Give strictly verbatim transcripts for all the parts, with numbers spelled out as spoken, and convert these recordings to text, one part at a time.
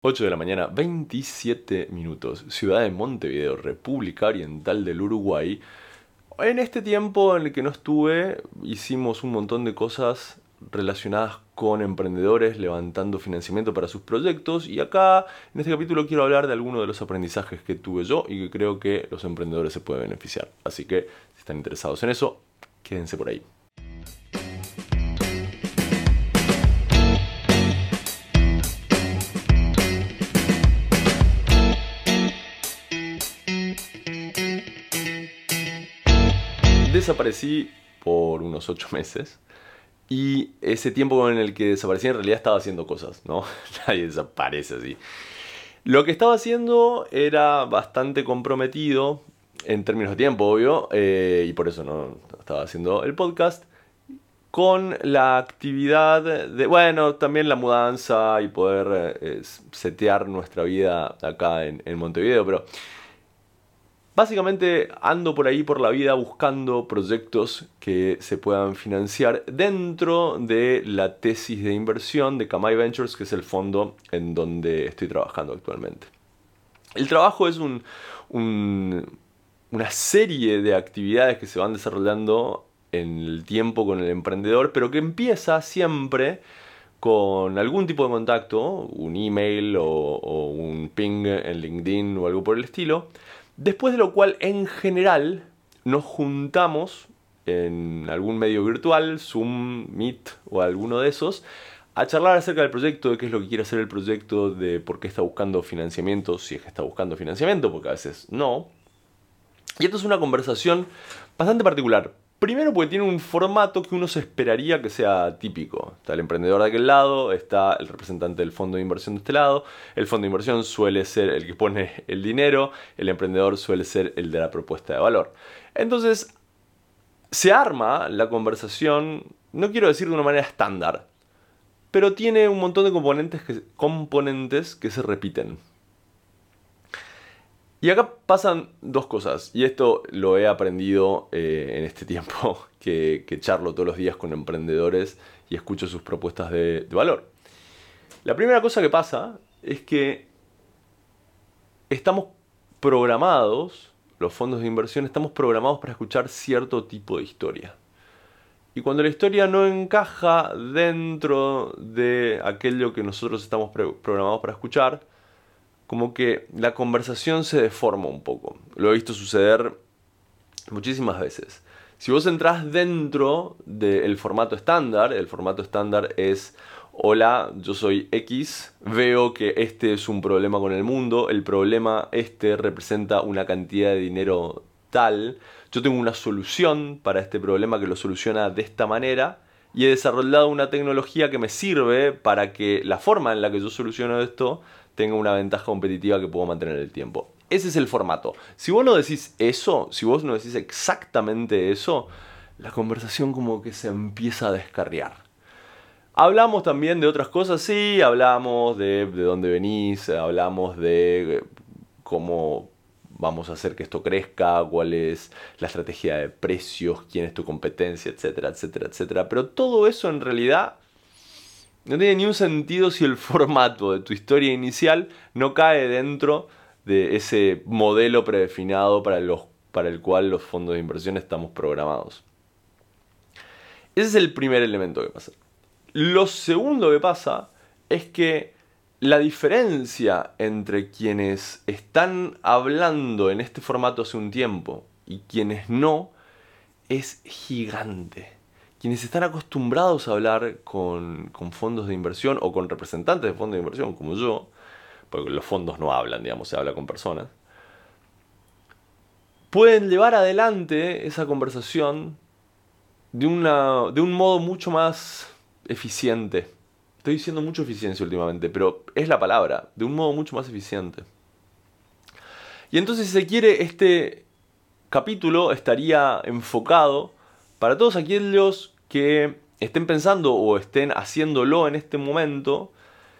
ocho de la mañana, veintisiete minutos, ciudad de Montevideo, República Oriental del Uruguay. En este tiempo en el que no estuve, hicimos un montón de cosas relacionadas con emprendedores levantando financiamiento para sus proyectos, y acá en este capítulo quiero hablar de algunos de los aprendizajes que tuve yo y que creo que los emprendedores se pueden beneficiar. Así que si están interesados en eso, quédense por ahí. Desaparecí por unos ocho meses. Y ese tiempo en el que desaparecí en realidad estaba haciendo cosas, ¿no? Nadie desaparece así. Lo que estaba haciendo era bastante comprometido en términos de tiempo, obvio, eh, y por eso no estaba haciendo el podcast, con la actividad de, bueno, también la mudanza y poder eh, setear nuestra vida acá en, en Montevideo, pero básicamente ando por ahí por la vida buscando proyectos que se puedan financiar dentro de la tesis de inversión de Kamai Ventures, que es el fondo en donde estoy trabajando actualmente. El trabajo es un, un, una serie de actividades que se van desarrollando en el tiempo con el emprendedor, pero que empieza siempre con algún tipo de contacto, un email o, o un ping en LinkedIn o algo por el estilo. Después de lo cual, en general, nos juntamos en algún medio virtual, Zoom, Meet o alguno de esos, a charlar acerca del proyecto, de qué es lo que quiere hacer el proyecto, de por qué está buscando financiamiento, si es que está buscando financiamiento, porque a veces no. Y esto es una conversación bastante particular. Primero porque tiene un formato que uno se esperaría que sea típico. Está el emprendedor de aquel lado, está el representante del fondo de inversión de este lado. El fondo de inversión suele ser el que pone el dinero, el emprendedor suele ser el de la propuesta de valor. Entonces, se arma la conversación, no quiero decir de una manera estándar, pero tiene un montón de componentes que, componentes que se repiten. Y acá pasan dos cosas, y esto lo he aprendido eh, en este tiempo que, que charlo todos los días con emprendedores y escucho sus propuestas de, de valor. La primera cosa que pasa es que estamos programados, los fondos de inversión, estamos programados para escuchar cierto tipo de historia. Y cuando la historia no encaja dentro de aquello que nosotros estamos programados para escuchar, como que la conversación se deforma un poco. Lo he visto suceder muchísimas veces. Si vos entrás dentro del formato estándar, el formato estándar es: hola, yo soy X, veo que este es un problema con el mundo, el problema este representa una cantidad de dinero tal, yo tengo una solución para este problema que lo soluciona de esta manera, y he desarrollado una tecnología que me sirve para que la forma en la que yo soluciono esto tenga una ventaja competitiva que puedo mantener en el tiempo. Ese es el formato. Si vos no decís eso, si vos no decís exactamente eso, la conversación como que se empieza a descarriar. Hablamos también de otras cosas, sí, hablamos de, de dónde venís, hablamos de cómo vamos a hacer que esto crezca, cuál es la estrategia de precios, quién es tu competencia, etcétera, etcétera, etcétera. Pero todo eso en realidad no tiene ni un sentido si el formato de tu historia inicial no cae dentro de ese modelo predefinido para, los, para el cual los fondos de inversión estamos programados. Ese es el primer elemento que pasa. Lo segundo que pasa es que la diferencia entre quienes están hablando en este formato hace un tiempo y quienes no es gigante. Quienes están acostumbrados a hablar con, con fondos de inversión o con representantes de fondos de inversión como yo, porque los fondos no hablan, digamos, se habla con personas, pueden llevar adelante esa conversación de, una, de un modo mucho más eficiente. Estoy diciendo mucho eficiencia últimamente, pero es la palabra, de un modo mucho más eficiente. Y entonces, si se quiere, este capítulo estaría enfocado para todos aquellos que estén pensando o estén haciéndolo en este momento,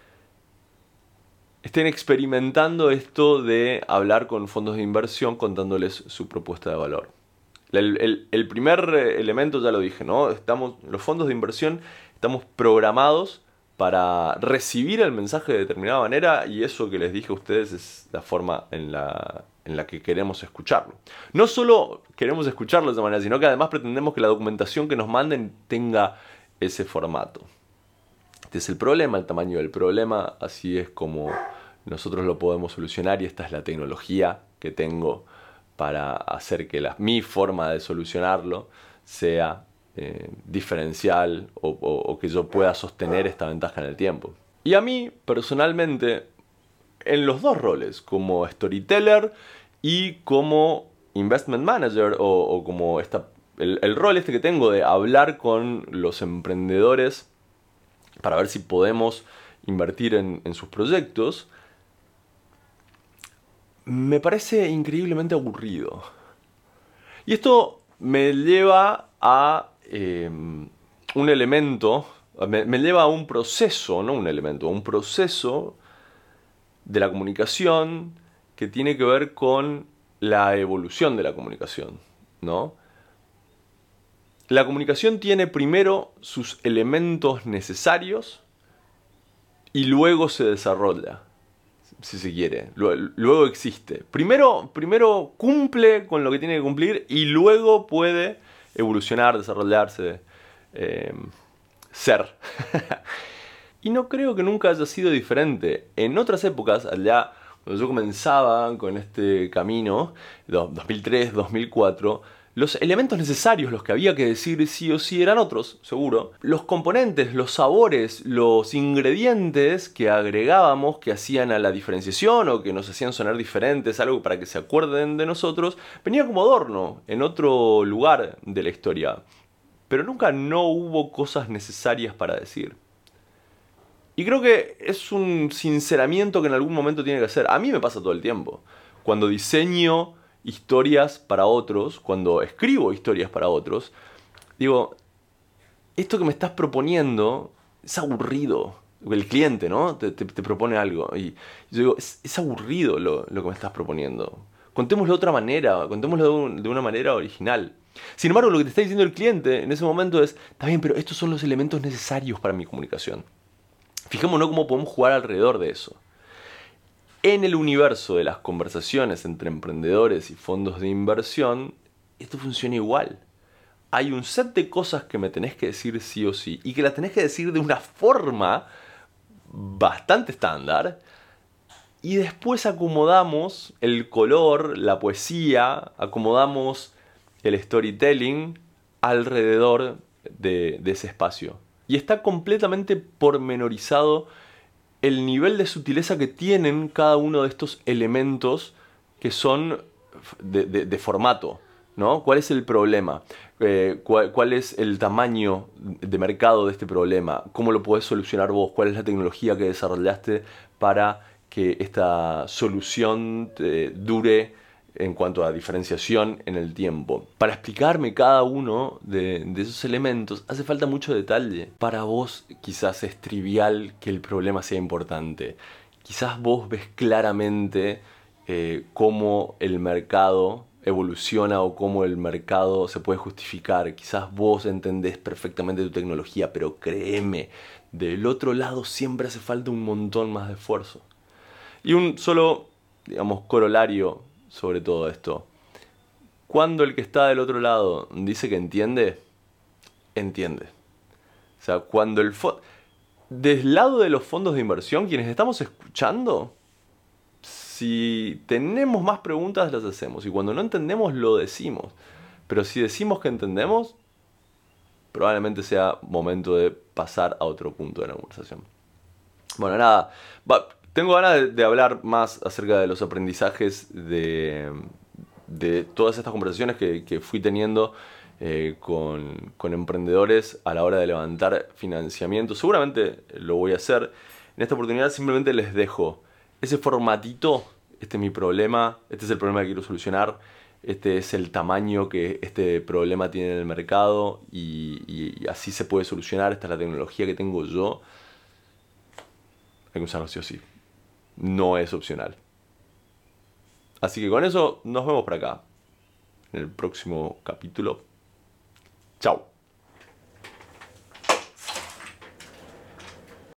estén experimentando esto de hablar con fondos de inversión contándoles su propuesta de valor. El, el, el primer elemento ya lo dije, ¿no? Estamos, los fondos de inversión estamos programados para recibir el mensaje de determinada manera, y eso que les dije a ustedes es la forma en la, en la que queremos escucharlo. No solo queremos escucharlo de esa manera, sino que además pretendemos que la documentación que nos manden tenga ese formato. Este es el problema, el tamaño del problema, así es como nosotros lo podemos solucionar, y esta es la tecnología que tengo para hacer que la, mi forma de solucionarlo sea eh, diferencial o, o, o que yo pueda sostener esta ventaja en el tiempo. Y a mí, personalmente, en los dos roles, como storyteller y como investment manager, o, o como esta, el, el rol este que tengo de hablar con los emprendedores para ver si podemos invertir en, en sus proyectos, me parece increíblemente aburrido. Y esto me lleva a eh, un elemento, me, me lleva a un proceso, no un elemento, a un proceso de la comunicación que tiene que ver con la evolución de la comunicación, ¿no? La comunicación tiene primero sus elementos necesarios y luego se desarrolla, si se quiere, luego existe. Primero, primero cumple con lo que tiene que cumplir y luego puede evolucionar, desarrollarse, eh, ser. Y no creo que nunca haya sido diferente. En otras épocas, allá cuando yo comenzaba con este camino, dos mil tres, dos mil cuatro, los elementos necesarios, los que había que decir sí o sí, eran otros, seguro. Los componentes, los sabores, los ingredientes que agregábamos, que hacían a la diferenciación o que nos hacían sonar diferentes, algo para que se acuerden de nosotros, venía como adorno en otro lugar de la historia. Pero nunca no hubo cosas necesarias para decir. Y creo que es un sinceramiento que en algún momento tiene que hacer. A mí me pasa todo el tiempo. Cuando diseño historias para otros, cuando escribo historias para otros, digo, esto que me estás proponiendo es aburrido. El cliente, ¿no? Te, te, te propone algo. Y yo digo, es, es aburrido lo, lo que me estás proponiendo. Contémoslo de otra manera, contémoslo de, un, de una manera original. Sin embargo, lo que te está diciendo el cliente en ese momento es, está bien, pero estos son los elementos necesarios para mi comunicación. Fijémonos cómo podemos jugar alrededor de eso. En el universo de las conversaciones entre emprendedores y fondos de inversión, esto funciona igual. Hay un set de cosas que me tenés que decir sí o sí, y que las tenés que decir de una forma bastante estándar, y después acomodamos el color, la poesía, acomodamos el storytelling alrededor de, de ese espacio. Y está completamente pormenorizado el nivel de sutileza que tienen cada uno de estos elementos que son de, de, de formato, ¿no? ¿Cuál es el problema? Eh, cuál, ¿Cuál es el tamaño de mercado de este problema? ¿Cómo lo podés solucionar vos? ¿Cuál es la tecnología que desarrollaste para que esta solución te dure en cuanto a diferenciación en el tiempo? Para explicarme cada uno de, de esos elementos hace falta mucho detalle. Para vos quizás es trivial que el problema sea importante. Quizás vos ves claramente eh, cómo el mercado evoluciona o cómo el mercado se puede justificar. Quizás vos entendés perfectamente tu tecnología, pero créeme, del otro lado siempre hace falta un montón más de esfuerzo. Y un solo, digamos, corolario sobre todo esto. Cuando el que está del otro lado dice que entiende, entiende. O sea, cuando el fondo... Del lado de los fondos de inversión, quienes estamos escuchando, si tenemos más preguntas las hacemos. Y cuando no entendemos, lo decimos. Pero si decimos que entendemos, probablemente sea momento de pasar a otro punto de la conversación. Bueno, nada. Va. Tengo ganas de, de hablar más acerca de los aprendizajes de, de todas estas conversaciones que, que fui teniendo eh, con, con emprendedores a la hora de levantar financiamiento. Seguramente lo voy a hacer. En esta oportunidad simplemente les dejo ese formatito. Este es mi problema, este es el problema que quiero solucionar, este es el tamaño que este problema tiene en el mercado y, y, y así se puede solucionar. Esta es la tecnología que tengo yo. Hay que usarlo sí o sí. No es opcional. Así que con eso nos vemos por acá en el próximo capítulo. Chao.